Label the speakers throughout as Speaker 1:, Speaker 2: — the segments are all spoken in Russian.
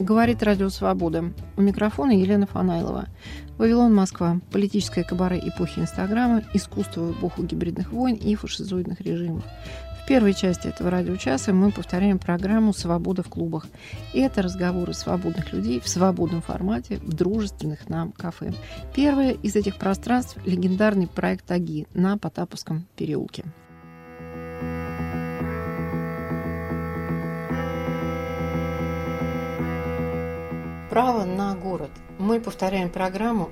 Speaker 1: Говорит Радио Свобода. У микрофона Елена Фанайлова. Вавилон, Москва. Политическое кабаре эпохи Инстаграма, искусство в эпоху гибридных войн и фашизоидных режимов. В первой части этого радиочаса мы повторяем программу «Свобода в клубах». И это разговоры свободных людей в свободном формате, в дружественных нам кафе. Первое из этих пространств – легендарный проект «Аги» на Потаповском переулке. Право на город. Мы повторяем программу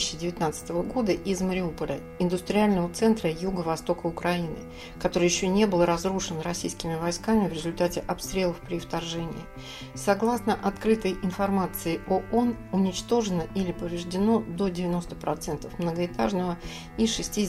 Speaker 1: 2019 года из Мариуполя, индустриального центра юго-востока Украины, который еще не был разрушен российскими войсками в результате обстрелов при вторжении. Согласно открытой информации ООН, уничтожено или повреждено до 90% многоэтажного и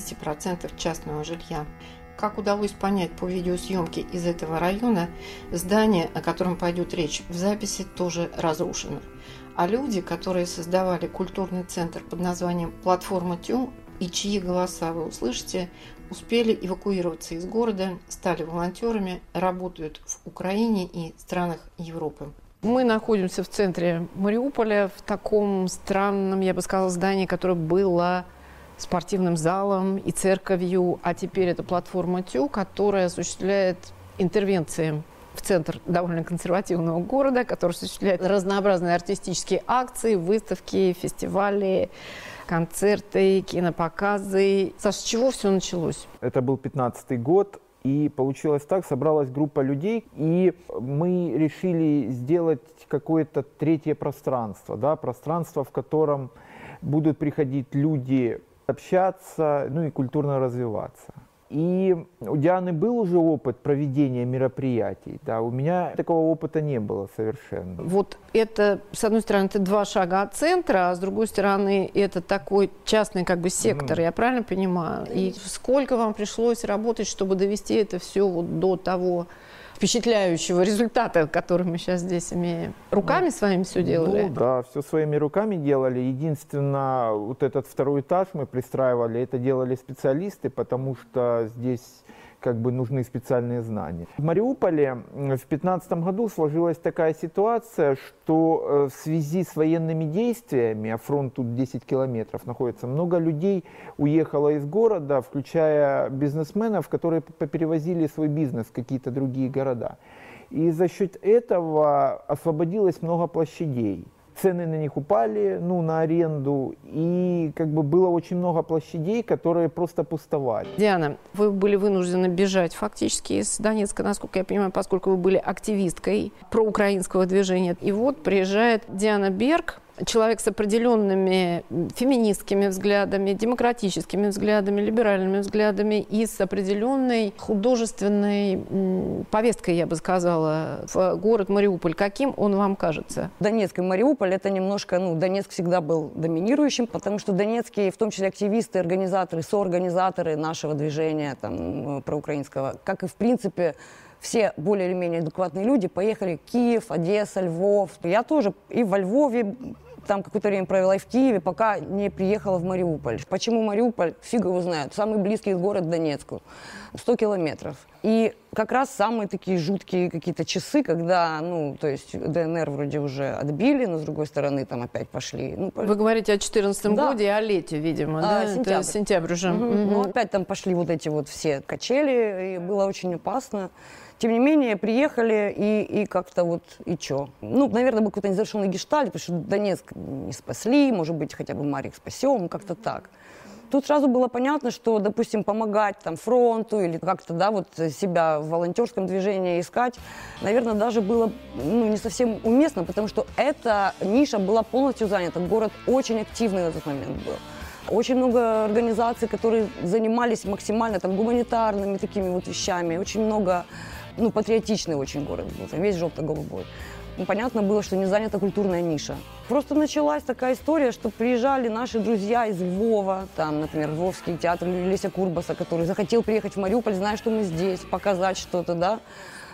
Speaker 1: 60% частного жилья. Как удалось понять по видеосъемке из этого района, здание, о котором пойдет речь в записи, тоже разрушено. А люди, которые создавали культурный центр под названием «Платформа ТЮ» и чьи голоса вы услышите, успели эвакуироваться из города, стали волонтерами, работают в Украине и странах Европы. Мы находимся в центре Мариуполя, в таком странном, я бы сказала, здании, которое было спортивным залом и церковью, а теперь это платформа ТЮ, которая осуществляет интервенции в центр довольно консервативного города, который осуществляет разнообразные артистические акции, выставки, фестивали, концерты, кинопоказы. Саш, с чего все началось?
Speaker 2: Это был 15-й год, и получилось так, собралась группа людей, и мы решили сделать какое-то третье пространство, да, пространство, в котором будут приходить люди общаться, ну и культурно развиваться. И у Дианы был уже опыт проведения мероприятий, да, у меня такого опыта не было совершенно.
Speaker 1: Вот это, с одной стороны, это 2 шага от центра, а с другой стороны, это такой частный как бы сектор, я правильно понимаю? И сколько вам пришлось работать, чтобы довести это все вот до того впечатляющего результата, который мы сейчас здесь имеем? Руками своими все делали?
Speaker 2: Ну, да, все своими руками делали. Единственное, вот этот 2-й этаж мы пристраивали, это делали специалисты, потому что здесь как бы нужны специальные знания. В Мариуполе в 2015 году сложилась такая ситуация, что в связи с военными действиями, а фронт тут 10 километров находится, много людей уехало из города, включая бизнесменов, которые поперевозили свой бизнес в какие-то другие города. И за счет этого освободилось много площадей. Цены на них упали, ну, на аренду, и как бы было очень много площадей, которые просто пустовали.
Speaker 1: Диана, вы были вынуждены бежать фактически из Донецка, насколько я понимаю, поскольку вы были активисткой проукраинского движения. И вот приезжает Диана Берг, человек с определенными феминистскими взглядами, демократическими взглядами, либеральными взглядами и с определенной художественной повесткой, я бы сказала, в город Мариуполь. Каким он вам кажется?
Speaker 3: Донецк и Мариуполь — это немножко, Донецк всегда был доминирующим, потому что донецкие, в том числе активисты, организаторы, соорганизаторы нашего движения там, проукраинского, как и в принципе все более или менее адекватные люди поехали в Киев, Одесса, Львов. Я тоже и во Львове там какое-то время провела, и в Киеве, пока не приехала в Мариуполь. Почему Мариуполь? Фиг его знает. Самый близкий город к Донецку. 100 километров. И как раз самые такие жуткие какие-то часы, когда, то есть ДНР вроде уже отбили, но с другой стороны там опять пошли.
Speaker 1: Вы говорите о 2014 годе и о лете, видимо, да?
Speaker 3: Сентябрь.
Speaker 1: Это сентябрь уже.
Speaker 3: Ну, опять там пошли вот эти вот все качели, и было очень опасно. Тем не менее, приехали и как-то вот, и чё? Наверное, был какой-то незавершенный гештальт, потому что Донецк не спасли, может быть, хотя бы Марьев спасем, как-то так. Тут сразу было понятно, что, допустим, помогать там фронту или как-то, да, вот себя в волонтерском движении искать, наверное, даже было, не совсем уместно, потому что эта ниша была полностью занята. Город очень активный на тот момент был. Очень много организаций, которые занимались максимально там гуманитарными такими вот вещами. Очень много, патриотичный очень город был, там весь желто-голубой. Понятно было, что не занята культурная ниша. Просто началась такая история, что приезжали наши друзья из Львова, там, например, Львовский театр Леся Курбаса, который захотел приехать в Мариуполь, зная, что мы здесь, показать что-то, да.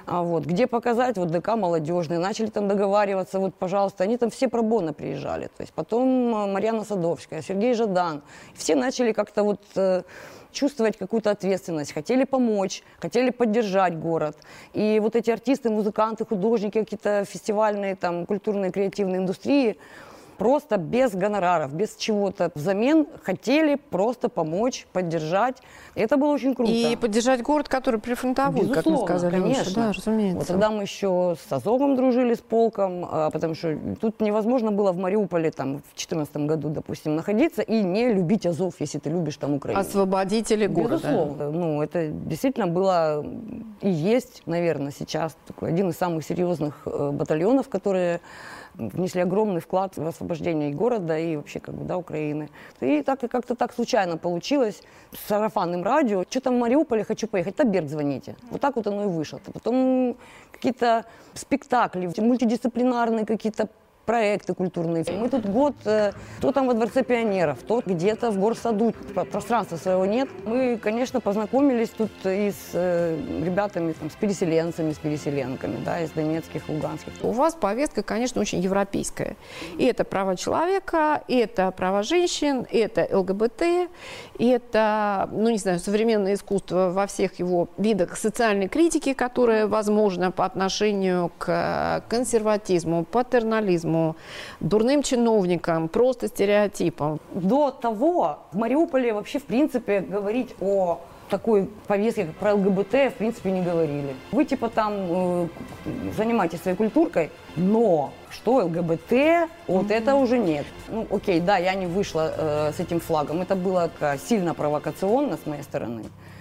Speaker 3: Вот. Где показать? Вот ДК молодежный. Начали там договариваться, вот, пожалуйста. Они там все пробонно приезжали. То есть потом Марьяна Садовская, Сергей Жадан. Все начали как-то вот чувствовать какую-то ответственность, хотели помочь, хотели поддержать город. И вот эти артисты, музыканты, художники, какие-то фестивальные, там, культурные, креативные индустрии просто без гонораров, без чего-то взамен хотели просто помочь, поддержать. И это было очень круто.
Speaker 1: И поддержать город, который прифронтовой, как мы сказали.
Speaker 3: Конечно.
Speaker 1: Выше. Да, разумеется.
Speaker 3: Вот тогда мы еще с Азовом дружили, с полком, потому что тут невозможно было в Мариуполе там, в 2014 году, допустим, находиться и не любить Азов, если ты любишь там Украину.
Speaker 1: Освободители города.
Speaker 3: Безусловно. Ну, это действительно было и есть, наверное, сейчас такой один из самых серьезных батальонов, которые внесли огромный вклад в освобождение и города, и вообще как бы, да, Украины. И так и как-то так случайно получилось с сарафанным радио. Что там в Мариуполе, хочу поехать, Таберг звоните. Вот так вот оно и вышло. Потом какие-то спектакли, мультидисциплинарные какие-то проекты культурные. Мы тут год, то там во Дворце пионеров, то где-то в горсаду, пространства своего нет. Мы, конечно, познакомились тут и с ребятами, там, с переселенцами, с переселенками, да, из донецких, луганских.
Speaker 1: У вас повестка, конечно, очень европейская. И это права человека, и это права женщин, и это ЛГБТ, и это, ну, не знаю, современное искусство во всех его видах социальной критики, которая возможна по отношению к консерватизму, патернализму, дурным чиновникам, просто стереотипам.
Speaker 3: До того в Мариуполе вообще, в принципе, говорить о такой повестке, как про ЛГБТ, в принципе, не говорили. Вы типа там занимаетесь своей культуркой, но что ЛГБТ, вот это уже нет. Ну, окей, да, я не вышла с этим флагом. Это было сильно провокационно с моей стороны.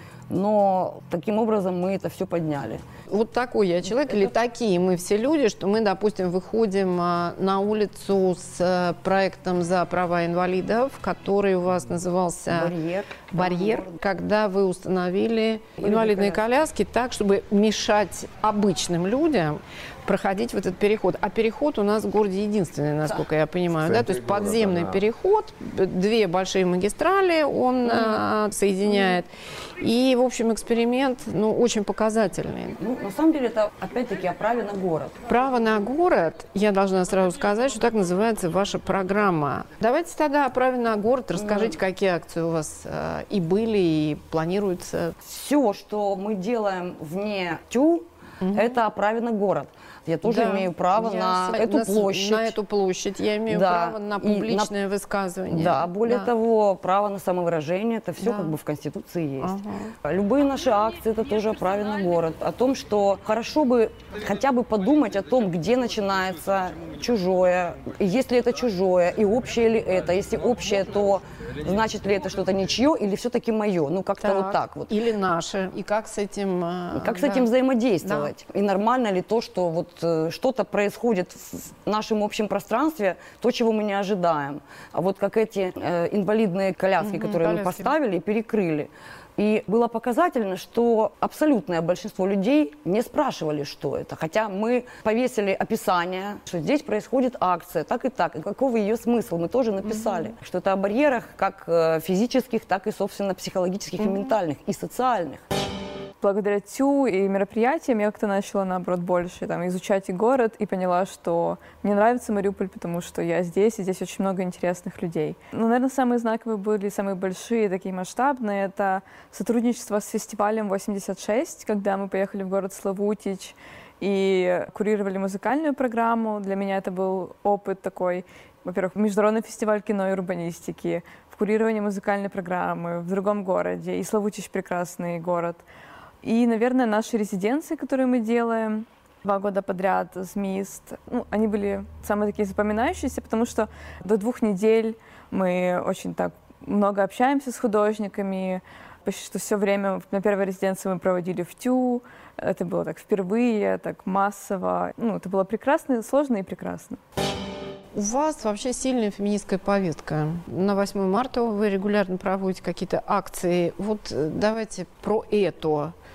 Speaker 3: Но таким образом мы это все подняли.
Speaker 1: Вот такой я человек, или такие мы все люди, что мы, допустим, выходим на улицу с проектом за права инвалидов, который у вас назывался «Барьер», когда вы установили инвалидные коляски так, чтобы мешать обычным людям проходить в этот переход. А переход у нас в городе единственный, насколько я понимаю, да? То есть подземный переход, две большие магистрали он соединяет. И, в общем, эксперимент, ну, очень показательный.
Speaker 3: Ну, на самом деле, это, опять-таки, о праве на город.
Speaker 1: Право на город, я должна сразу сказать, что так называется ваша программа. Давайте тогда о праве на город. Расскажите, какие акции у вас и были, и планируются.
Speaker 3: Все, что мы делаем вне ТЮ, это о праве на город. Я тоже имею право на эту площадь.
Speaker 1: На эту площадь. Я имею право на публичное высказывание.
Speaker 3: Да, более того, право на самовыражение, это все как бы в Конституции есть. Любые наши акции, это тоже о праве на город. О том, что хорошо бы хотя бы подумать о том, где начинается чужое, есть ли это чужое, и общее ли это. Если общее, то значит ли это что-то ничье или все-таки мое? Ну, как-то вот так вот.
Speaker 1: Или наше. И как с этим...
Speaker 3: Как с этим взаимодействовать? Да. И нормально ли то, что вот что-то происходит в нашем общем пространстве, то, чего мы не ожидаем. А вот как эти инвалидные коляски, которые мы поставили и перекрыли. И было показательно, что абсолютное большинство людей не спрашивали, что это. Хотя мы повесили описание, что здесь происходит акция, так, и каков ее смысл, мы тоже написали. Что это о барьерах как физических, так и, собственно, психологических и ментальных, и социальных.
Speaker 4: Благодаря ТЮ и мероприятиям я как-то начала, наоборот, больше там, изучать и город, и поняла, что мне нравится Мариуполь, потому что я здесь, и здесь очень много интересных людей. Ну, наверное, самые знаковые были, самые большие, такие масштабные, это сотрудничество с фестивалем 86, когда мы поехали в город Славутич и курировали музыкальную программу. Для меня это был опыт такой, во-первых, международный фестиваль кино и урбанистики, в курировании музыкальной программы в другом городе, и Славутич прекрасный город. И, наверное, наши резиденции, которые мы делаем 2 года подряд, ЗМИСТ, ну, они были самые такие запоминающиеся, потому что до 2 недель мы очень так много общаемся с художниками, почти что все время на первой резиденции мы проводили в ТЮ, это было так впервые, так массово, ну, это было прекрасно, сложно и прекрасно.
Speaker 1: У вас вообще сильная феминистская повестка. На 8 марта вы регулярно проводите какие-то акции. Вот давайте про это.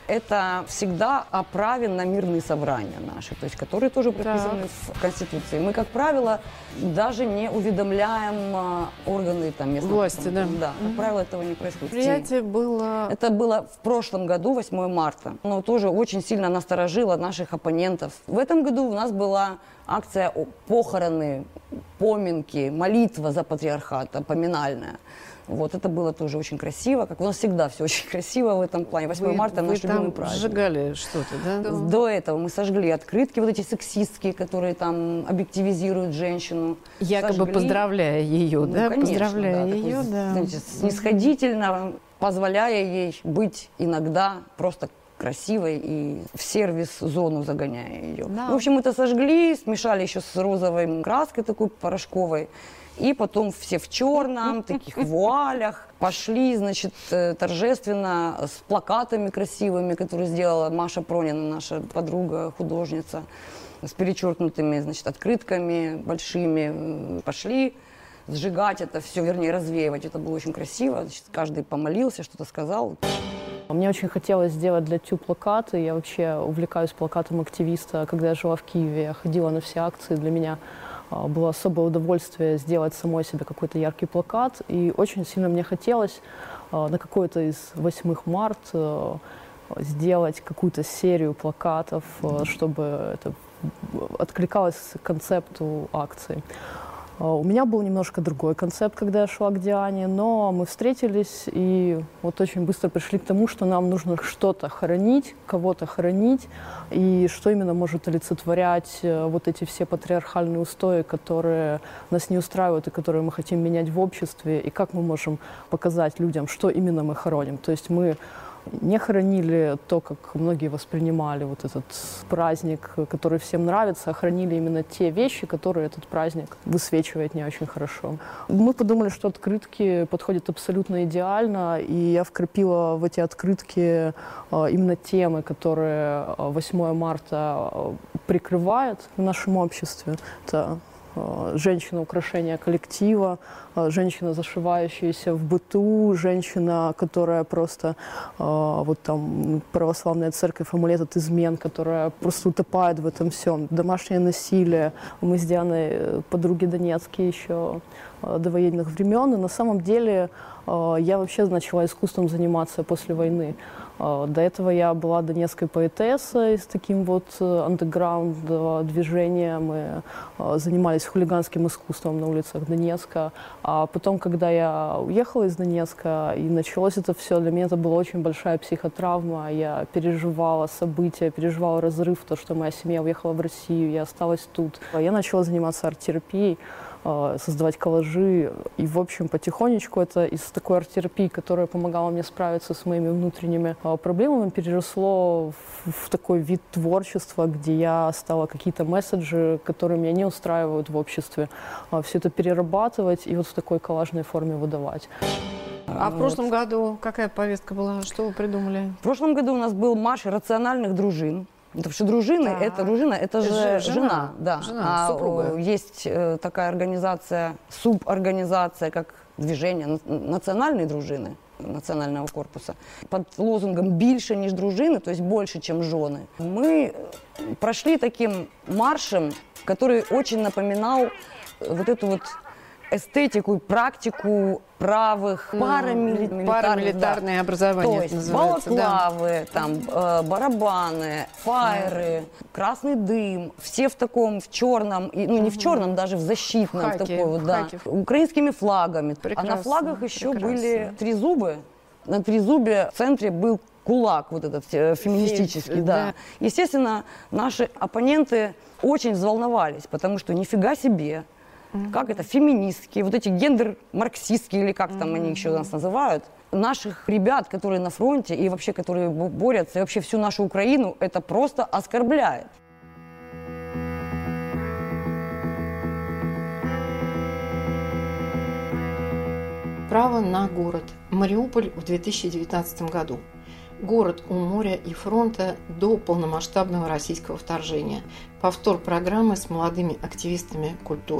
Speaker 3: это всегда о праве на мирные собрания наши, то есть которые тоже прописаны в Конституции. Мы, как правило, даже не уведомляем органы там, местной
Speaker 1: власти, да.
Speaker 3: Да, как правило, этого не происходит.
Speaker 1: Мероприятие было...
Speaker 3: Это было в прошлом году, 8 марта. Но тоже очень сильно насторожило наших оппонентов. В этом году у нас была акция похороны, поминки, молитва за патриархата, поминальная. Вот, это было тоже очень красиво. Как у нас всегда все очень красиво в этом плане. 8 марта наш любимый праздник.
Speaker 1: Вы сжигали что-то, да?
Speaker 3: До этого мы сожгли открытки, вот эти сексистские, которые там объективизируют женщину.
Speaker 1: Якобы
Speaker 3: сожгли.
Speaker 1: Поздравляя ее,
Speaker 3: Ну,
Speaker 1: да?
Speaker 3: конечно,
Speaker 1: Поздравляя
Speaker 3: да,
Speaker 1: ее,
Speaker 3: такой,
Speaker 1: да.
Speaker 3: знаете, снисходительно, позволяя ей быть иногда просто красивой и в сервис-зону загоняя ее.
Speaker 1: Да.
Speaker 3: В общем, это сожгли, смешали еще с розовой краской такой порошковой. И потом все в черном, таких вуалях, пошли, значит, торжественно с плакатами красивыми, которые сделала Маша Пронина, наша подруга, художница, с перечеркнутыми, значит, открытками большими. Пошли сжигать это все, вернее, развеивать. Это было очень красиво. Значит, каждый помолился, что-то сказал.
Speaker 5: Мне очень хотелось сделать для ТЮ плакаты. Я вообще увлекаюсь плакатом активиста. Когда я жила в Киеве, я ходила на все акции. Для меня было особое удовольствие сделать самой себе какой-то яркий плакат. И очень сильно мне хотелось на какой-то из 8 марта сделать какую-то серию плакатов, чтобы это откликалось концепту акции. У меня был немножко другой концепт, когда я шла к Диане, но мы встретились и вот очень быстро пришли к тому, что нам нужно что-то хоронить, кого-то хоронить, и что именно может олицетворять вот эти все патриархальные устои, которые нас не устраивают и которые мы хотим менять в обществе, и как мы можем показать людям, что именно мы хороним. То есть мы не хоронили то, как многие воспринимали вот этот праздник, который всем нравится, а хоронили именно те вещи, которые этот праздник высвечивает не очень хорошо. Мы подумали, что открытки подходят абсолютно идеально, и я вкрапила в эти открытки именно темы, которые 8 марта прикрывает в нашем обществе. Это женщина, украшение коллектива, женщина, зашивающаяся в быту, женщина, которая просто, вот там, православная церковь, амулет от измен, которая просто утопает в этом всем. Домашнее насилие. Мы с Дианой подруги Донецкие еще до военных времен. И на самом деле я вообще начала искусством заниматься после войны. До этого я была донецкой поэтессой с таким вот андеграунд-движением. Мы занимались хулиганским искусством на улицах Донецка. А потом, когда я уехала из Донецка и началось это все, для меня это была очень большая психотравма. Я переживала события, переживала разрыв, то, что моя семья уехала в Россию, я осталась тут. Я начала заниматься арт-терапией, создавать коллажи. И, в общем, потихонечку это из такой арт-терапии, которая помогала мне справиться с моими внутренними проблемами, переросло в такой вид творчества, где я стала какие-то месседжи, которые меня не устраивают в обществе, все это перерабатывать и вот в такой коллажной форме выдавать.
Speaker 1: А в прошлом году какая повестка была? Что вы придумали?
Speaker 3: В прошлом году у нас был марш рациональных дружин. Потому что дружина, это же жена, да.
Speaker 1: Жена, супруга.
Speaker 3: Есть такая организация, суборганизация, как движение национальные дружины национального корпуса. Под лозунгом «більше, ніж дружины», то есть больше, чем жены. Мы прошли таким маршем, который очень напоминал вот эту вот эстетику, практику правых,
Speaker 1: парамилитарное образование.
Speaker 3: То есть балаклавы, там, барабаны, фаеры, красный дым, все в таком, в черном, ну не в черном, даже в защитном,
Speaker 1: хаки,
Speaker 3: такой вот, да, украинскими флагами.
Speaker 1: Прекрасно,
Speaker 3: а на флагах еще
Speaker 1: прекрасно.
Speaker 3: были трезубы. На трезубе в центре был кулак вот этот феминистический, да. Естественно, наши оппоненты очень взволновались, потому что нифига себе, как это, феминистские, вот эти гендер-марксистские, или как там они еще нас называют, наших ребят, которые на фронте и вообще, которые борются, и вообще всю нашу Украину, это просто оскорбляет.
Speaker 1: Право на город. Мариуполь в 2019 году. Город у моря и фронта до полномасштабного российского вторжения. Повтор программы с молодыми активистами культуры.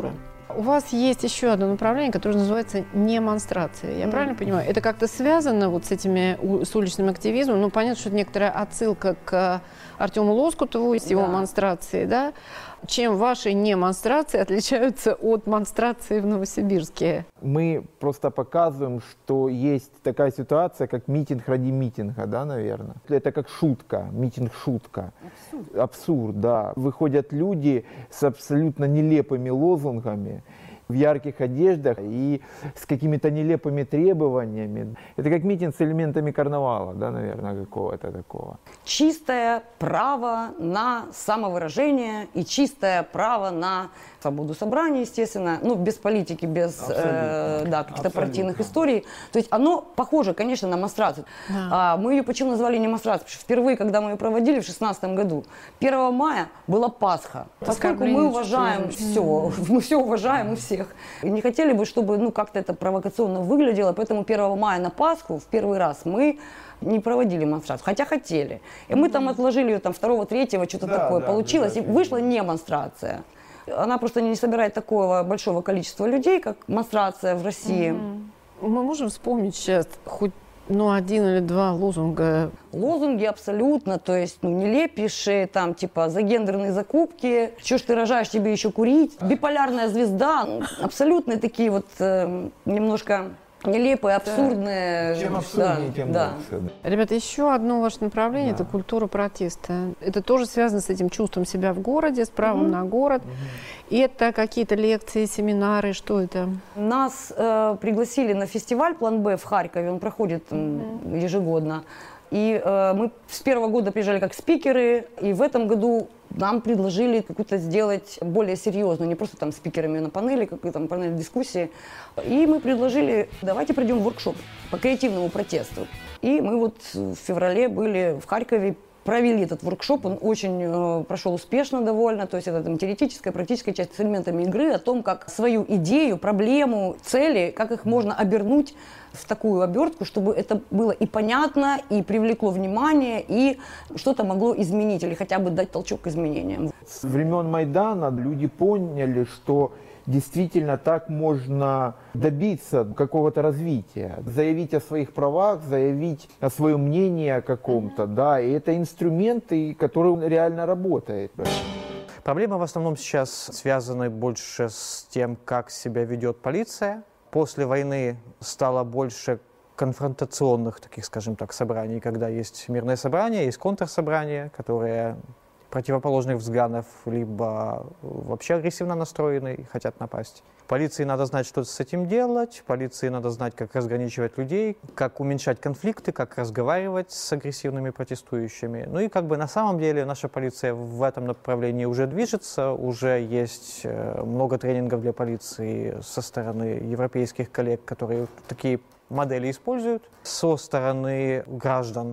Speaker 1: У вас есть еще одно направление, которое называется немонстрация. Я правильно понимаю? Это как-то связано вот с с уличным активизмом? Ну, понятно, что это некоторая отсылка к Артему Лоскутову и с его монстрацией, да? Чем ваши немонстрации отличаются от монстрации в Новосибирске?
Speaker 2: Мы просто показываем, что есть такая ситуация, как митинг ради митинга, да, наверное. Это как шутка, митинг-шутка. Абсурд, да. Выходят люди с абсолютно нелепыми лозунгами, в ярких одеждах и с какими-то нелепыми требованиями. Это как митинг с элементами карнавала, да, наверное, какого-то такого.
Speaker 3: Чистое право на самовыражение и чистое право на свободу собрания, естественно, ну, без политики, без каких-то партийных историй. То есть оно похоже, конечно, на монстрацию. Да. Мы ее почему назвали не монстрацией? Потому что впервые, когда мы ее проводили в 2016 году, 1 мая была Пасха. Поскольку мы уважаем все, мы все уважаем и всех. И не хотели бы, чтобы ну, как-то это провокационно выглядело, поэтому 1 мая на Пасху в первый раз мы не проводили монстрацию, хотя хотели. И мы там отложили ее там 2-3, что-то такое получилось, и вышла не монстрация. Она просто не собирает такого большого количества людей, как монстрация в России.
Speaker 1: Мы можем вспомнить сейчас хоть один или два лозунга?
Speaker 3: Лозунги абсолютно, то есть нелепейшие, там типа за гендерные закупки, что ж ты рожаешь, тебе еще курить, биполярная звезда, абсолютные такие вот немножко нелепые, абсурдные.
Speaker 2: Чем абсурднее, тем лучше.
Speaker 1: Ребята, еще одно ваше направление – это культура протеста. Это тоже связано с этим чувством себя в городе, с правом на город. И это какие-то лекции, семинары, что это?
Speaker 3: Нас пригласили на фестиваль «План Б» в Харькове, он проходит ежегодно. И мы с первого года приезжали как спикеры, и в этом году нам предложили какую-то сделать более серьезную, не просто там спикерами на панели, какой-то там панель дискуссии. И мы предложили, давайте пройдем воркшоп по креативному протесту. И мы вот в феврале были в Харькове, провели этот воркшоп, он очень прошел успешно довольно, то есть это там теоретическая, практическая часть с элементами игры о том, как свою идею, проблему, цели, как их можно обернуть в такую обертку, чтобы это было и понятно, и привлекло внимание, и что-то могло изменить, или хотя бы дать толчок к изменениям.
Speaker 2: С времен Майдана люди поняли, что действительно так можно добиться какого-то развития, заявить о своих правах, заявить о своем мнении о каком-то, да, и это инструменты, которые реально работают.
Speaker 6: Проблемы в основном сейчас связаны больше с тем, как себя ведет полиция. После войны стало больше конфронтационных, таких, скажем так, собраний, когда есть мирное собрание, есть контрсобрания, которые противоположных взглядов, либо вообще агрессивно настроены и хотят напасть. Полиции надо знать, что с этим делать, полиции надо знать, как разграничивать людей, как уменьшать конфликты, как разговаривать с агрессивными протестующими. Ну и как бы на самом деле наша полиция в этом направлении уже движется, уже есть много тренингов для полиции со стороны европейских коллег, которые такие модели используют. Со стороны граждан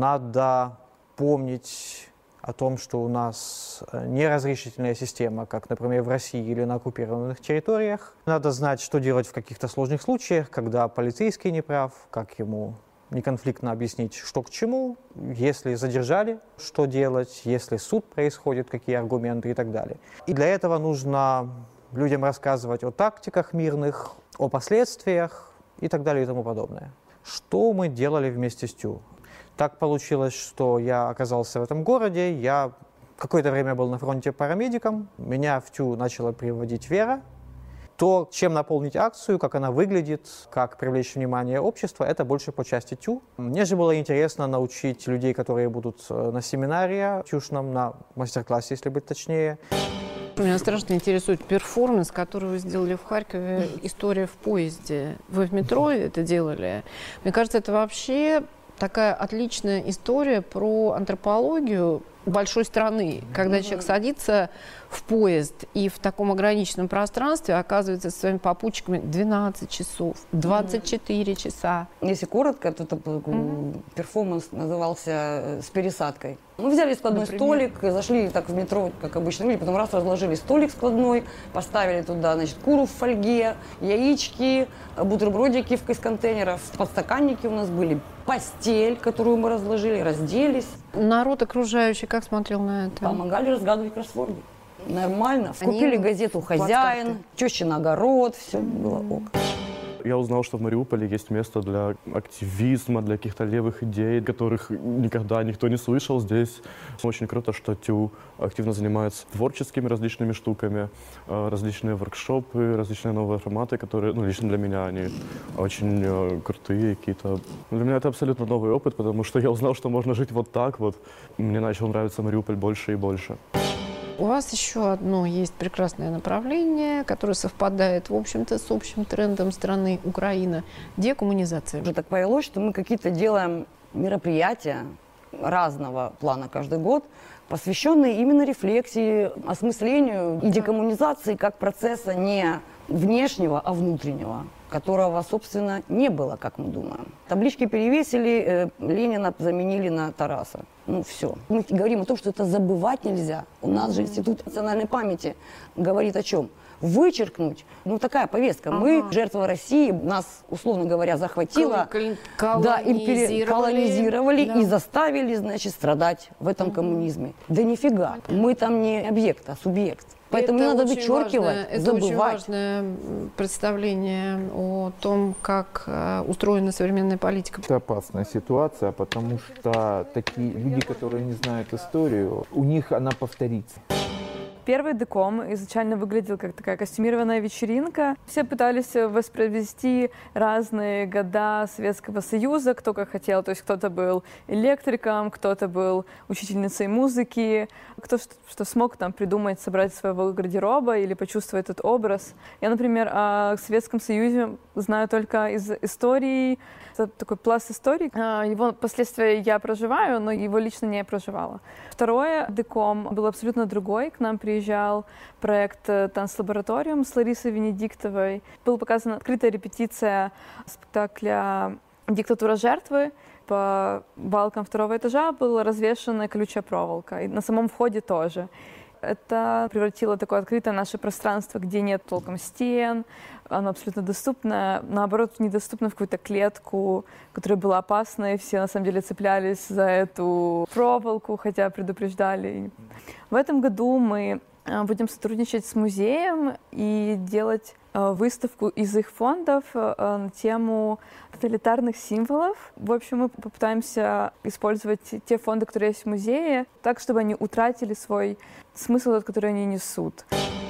Speaker 6: надо помнить о том, что у нас не разрешительная система, как, например, в России или на оккупированных территориях. Надо знать, что делать в каких-то сложных случаях, когда полицейский не прав, как ему неконфликтно объяснить, что к чему, если задержали, что делать, если суд происходит, какие аргументы и так далее. И для этого нужно людям рассказывать о тактиках мирных, о последствиях и так далее и тому подобное. Что мы делали вместе с ТЮ? Так получилось, что я оказался в этом городе, я какое-то время был на фронте парамедиком, меня в ТЮ начала приводить Вера. То, чем наполнить акцию, как она выглядит, как привлечь внимание общества, это больше по части ТЮ. Мне же было интересно научить людей, которые будут на семинаре ТЮшном, на мастер-классе, если быть точнее.
Speaker 1: Меня страшно интересует перформанс, который вы сделали в Харькове, «История в поезде». Вы в метро это делали. Мне кажется, это вообще такая отличная история про антропологию большой страны, когда человек садится в поезд и в таком ограниченном пространстве оказывается со своими попутчиками 12 часов, 24 часа.
Speaker 3: Если коротко, то это перформанс назывался «С пересадкой». Мы взяли складной столик, зашли так в метро, как обычно люди, потом раз разложили столик складной, поставили туда, значит, куру в фольге, яички, бутербродики из контейнеров, подстаканники у нас были, постель, которую мы разложили, разделись.
Speaker 1: Народ окружающий как смотрел на это?
Speaker 3: Помогали разгадывать кроссворды. Нормально.
Speaker 1: Они
Speaker 3: Купили газету «Хозяин»,
Speaker 1: плацкарты.
Speaker 3: «Тещин огород», все было ок.
Speaker 7: Я узнал, что в Мариуполе есть место для активизма, для каких-то левых идей, которых никогда никто не слышал здесь. Очень круто, что ТЮ активно занимается творческими различными штуками, различные воркшопы, различные новые форматы, которые, лично для меня, они очень крутые какие-то. Для меня это абсолютно новый опыт, потому что я узнал, что можно жить вот так вот. Мне начал нравиться Мариуполь больше и больше.
Speaker 1: У вас еще одно есть прекрасное направление, которое совпадает, в общем-то, с общим трендом страны Украина – декоммунизация.
Speaker 3: Уже так повелось, что мы какие-то делаем мероприятия разного плана каждый год, посвященные именно рефлексии, осмыслению и декоммунизации как процесса не внешнего, а внутреннего, которого, собственно, не было, как мы думаем. Таблички перевесили, Ленина заменили на Тараса. Все. Мы говорим о том, что это забывать нельзя. У нас же Институт национальной памяти говорит о чем? Вычеркнуть. Такая повестка. Мы жертва России, нас, условно говоря, захватила, колонизировали и заставили, значит, страдать в этом коммунизме. Да нифига. Мы там не объект, а субъект. Поэтому не надо вычеркивать,
Speaker 1: это
Speaker 3: забывать.
Speaker 1: очень важное представление о том, как устроена современная политика.
Speaker 2: Это опасная ситуация, потому что такие люди, которые не знают историю, у них она повторится.
Speaker 4: Первый деком изначально выглядел как такая костюмированная вечеринка. Все пытались воспроизвести разные года Советского Союза, кто как хотел. То есть кто-то был электриком, кто-то был учительницей музыки, кто что смог там придумать, собрать своего гардероба или почувствовать этот образ. Я, например, о Советском Союзе знаю только из истории. Это такой пласт истории. Его последствия я проживаю, но его лично не проживала. Второе деком был абсолютно другой. К нам приезжал проект «Танцлабораториум» с Ларисой Венедиктовой. Была показана открытая репетиция спектакля «Диктатура жертвы». По балкам второго этажа была развешена колючая проволока. И на самом входе тоже. Это превратило такое открытое наше пространство, где нет толком стен, оно абсолютно доступно, наоборот, недоступно в какую-то клетку, которая была опасной, все на самом деле цеплялись за эту проволоку, хотя предупреждали. В этом году мы будем сотрудничать с музеем и делать выставку из их фондов на тему тоталитарных символов. В общем, мы попытаемся использовать те фонды, которые есть в музее, так, чтобы они утратили свой смысл, тот, который они несут.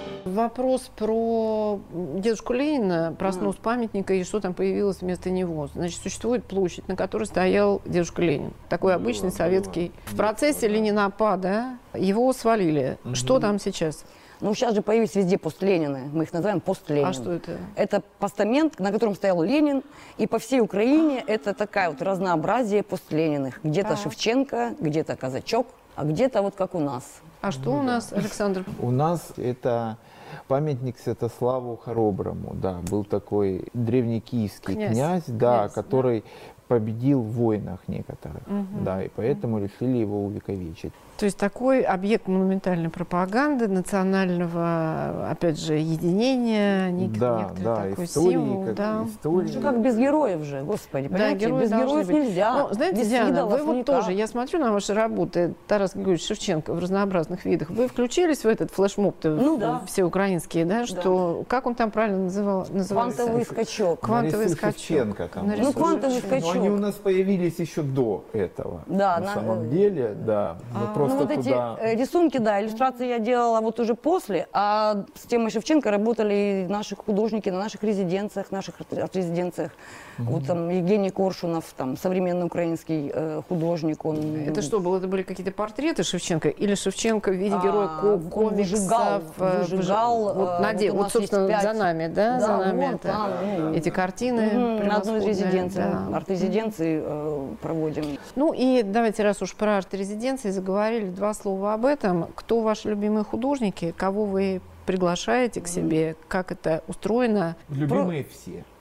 Speaker 1: Вопрос про дедушку Ленина, про снос памятника и что там появилось вместо него. Значит, существует площадь, на которой стоял дедушка Ленин. Такой обычный советский. В процессе ленинопада его свалили. Что там сейчас?
Speaker 3: Сейчас же появились везде постленины. Мы их называем постленин.
Speaker 1: А что это?
Speaker 3: Это постамент, на котором стоял Ленин. И по всей Украине это такая вот разнообразие постлениных. Где-то Шевченко, где-то Казачок, а где-то вот как у нас.
Speaker 1: А что у нас, Александр?
Speaker 2: У нас это памятник Святославу Хороброму. Да, был такой древнекиевский князь, который победил в войнах некоторых. Да, и поэтому решили его увековечить.
Speaker 1: То есть такой объект монументальной пропаганды, национального, опять же, единения, некоторый такой символ.
Speaker 2: Истории.
Speaker 3: Как без героев же, господи, понимаете? Без героев нельзя.
Speaker 1: Знаете,
Speaker 3: без
Speaker 1: Диана, вы вот
Speaker 3: никак.
Speaker 1: тоже, я смотрю на ваши работы, Тарас Григорьевич Шевченко в разнообразных видах. Вы включились в этот флешмоб всеукраинский, да, что, как он там правильно назывался?
Speaker 3: Квантовый скачок.
Speaker 1: Квантовый скачок.
Speaker 2: Шевченко там.
Speaker 3: Квантовый скачок.
Speaker 2: Но они у нас появились еще до этого.
Speaker 3: Да,
Speaker 2: на самом деле, да.
Speaker 3: Вот эти рисунки, иллюстрации я делала вот уже после, а с темой Шевченко работали и наши художники на наших резиденциях, арт-резиденциях. Вот там Евгений Коршунов, там современный украинский художник.
Speaker 1: Это что было? Это были какие-то портреты Шевченко? Или Шевченко в виде героя комиксов?
Speaker 3: Выжигал.
Speaker 1: Вот, собственно, за нами, да? За нами эти картины.
Speaker 3: На одной из резиденций, арт-резиденции проводим.
Speaker 1: И давайте, раз уж про арт-резиденции заговорили, два слова об этом. Кто ваши любимые художники? Кого вы приглашаете к себе? Как это устроено?
Speaker 2: Любимые все.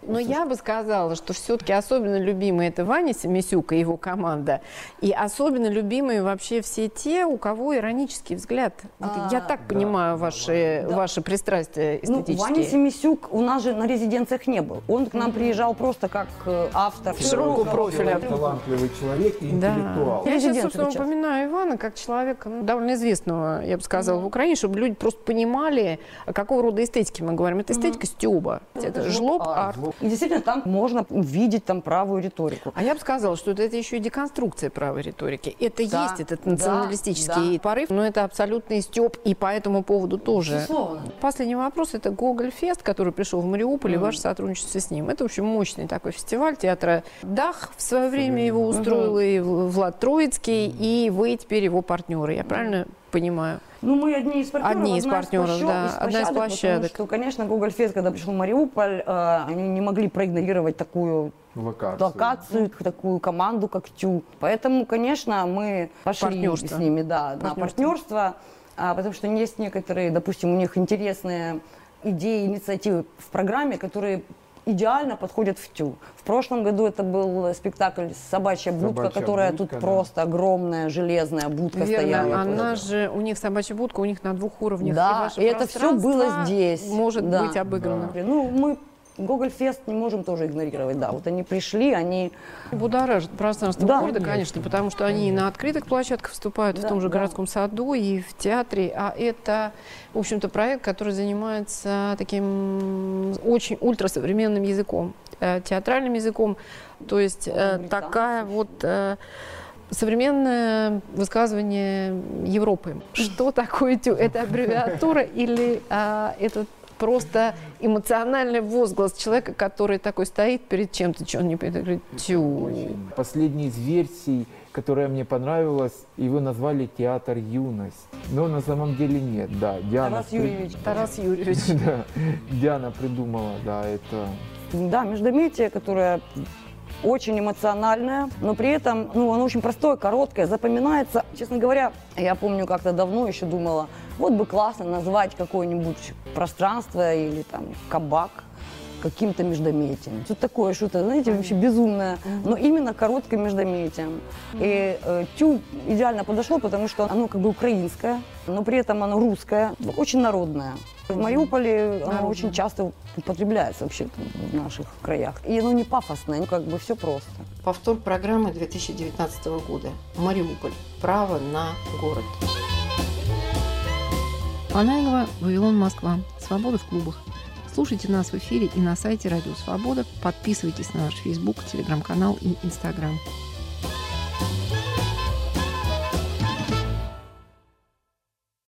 Speaker 8: Но я бы сказала, что все-таки особенно любимый это Ваня Семисюк и его команда. И особенно любимые вообще все те, у кого иронический взгляд. Вот я так понимаю ваши пристрастия эстетические.
Speaker 3: Ну, Ваня Семисюк у нас же на резиденциях не был. Он к нам приезжал просто как автор.
Speaker 8: Широкого профиля.
Speaker 2: Талантливый человек и интеллектуал.
Speaker 8: Я сейчас, собственно, упоминаю Ивана как человека довольно известного, я бы сказала, в Украине, чтобы люди просто понимали, о какого рода эстетике мы говорим. Это эстетика стёба. Это жлоб-арт.
Speaker 3: И действительно, там можно увидеть там правую риторику.
Speaker 8: А я бы сказала, что это еще и деконструкция правой риторики. Это есть этот националистический порыв, но это абсолютный стёб и по этому поводу тоже.
Speaker 3: Безусловно.
Speaker 8: Последний вопрос – это Гоголь-фест, который пришел в Мариуполь, и ваше сотрудничество с ним. Это, в общем, мощный такой фестиваль театра «Дах». В свое время его устроил и Влад Троицкий, и вы теперь его партнеры. Я правильно понимаю?
Speaker 3: Ну, мы одни из партнеров.
Speaker 8: Одни из партнеров, да. Одна из площадок.
Speaker 3: Потому что, конечно, Гоголь-фест, когда пришел в Мариуполь, они не могли проигнорировать такую локацию, такую команду, как ТЮ. Поэтому, конечно, мы пошли с ними на партнерство, потому что есть некоторые, допустим, у них интересные идеи, инициативы в программе, которые идеально подходят в ТЮ. В прошлом году это был спектакль «Собачья будка», которая тут просто огромная железная будка стояла.
Speaker 8: Она же, у них собачья будка, у них на 2 уровнях.
Speaker 3: Да, и это все было здесь.
Speaker 8: Может быть обыграно.
Speaker 3: Да. Ну, мы Гоголь-фест не можем тоже игнорировать, да. Вот они пришли, они...
Speaker 8: Будоражат пространство города, конечно, потому что они и на открытых площадках выступают, в том же городском саду и в театре. А это, в общем-то, проект, который занимается таким очень ультрасовременным языком, театральным языком. То есть такая вот... современное высказывание Европы. Что такое ТЮ? Это аббревиатура или это просто эмоциональный возглас человека, который такой стоит перед чем-то, что он не понимает, говорит ТЮ.
Speaker 2: Последняя из версий, которая мне понравилась, его назвали «Театр юность». Но на самом деле нет, да.
Speaker 3: Тарас Юрьевич.
Speaker 2: Да, Диана придумала, да, это...
Speaker 3: Да, междометие, которое очень эмоциональное, но при этом, оно очень простое, короткое, запоминается. Честно говоря, я помню, как-то давно еще думала, вот бы классно назвать какое-нибудь пространство или там кабак каким-то междометием. Что такое, что-то, знаете, вообще безумное, но именно коротким междометием. И ТЮ идеально подошло, потому что оно как бы украинское, но при этом оно русское, очень народное. В Мариуполе оно очень часто употребляется вообще в наших краях. И оно не пафосное, как бы все просто.
Speaker 1: Повтор программы 2019 года. Мариуполь. Право на город. Панаилова, Вавилон, Москва. Свобода в клубах. Слушайте нас в эфире и на сайте Радио Свобода. Подписывайтесь на наш Facebook, Телеграм-канал и Инстаграм.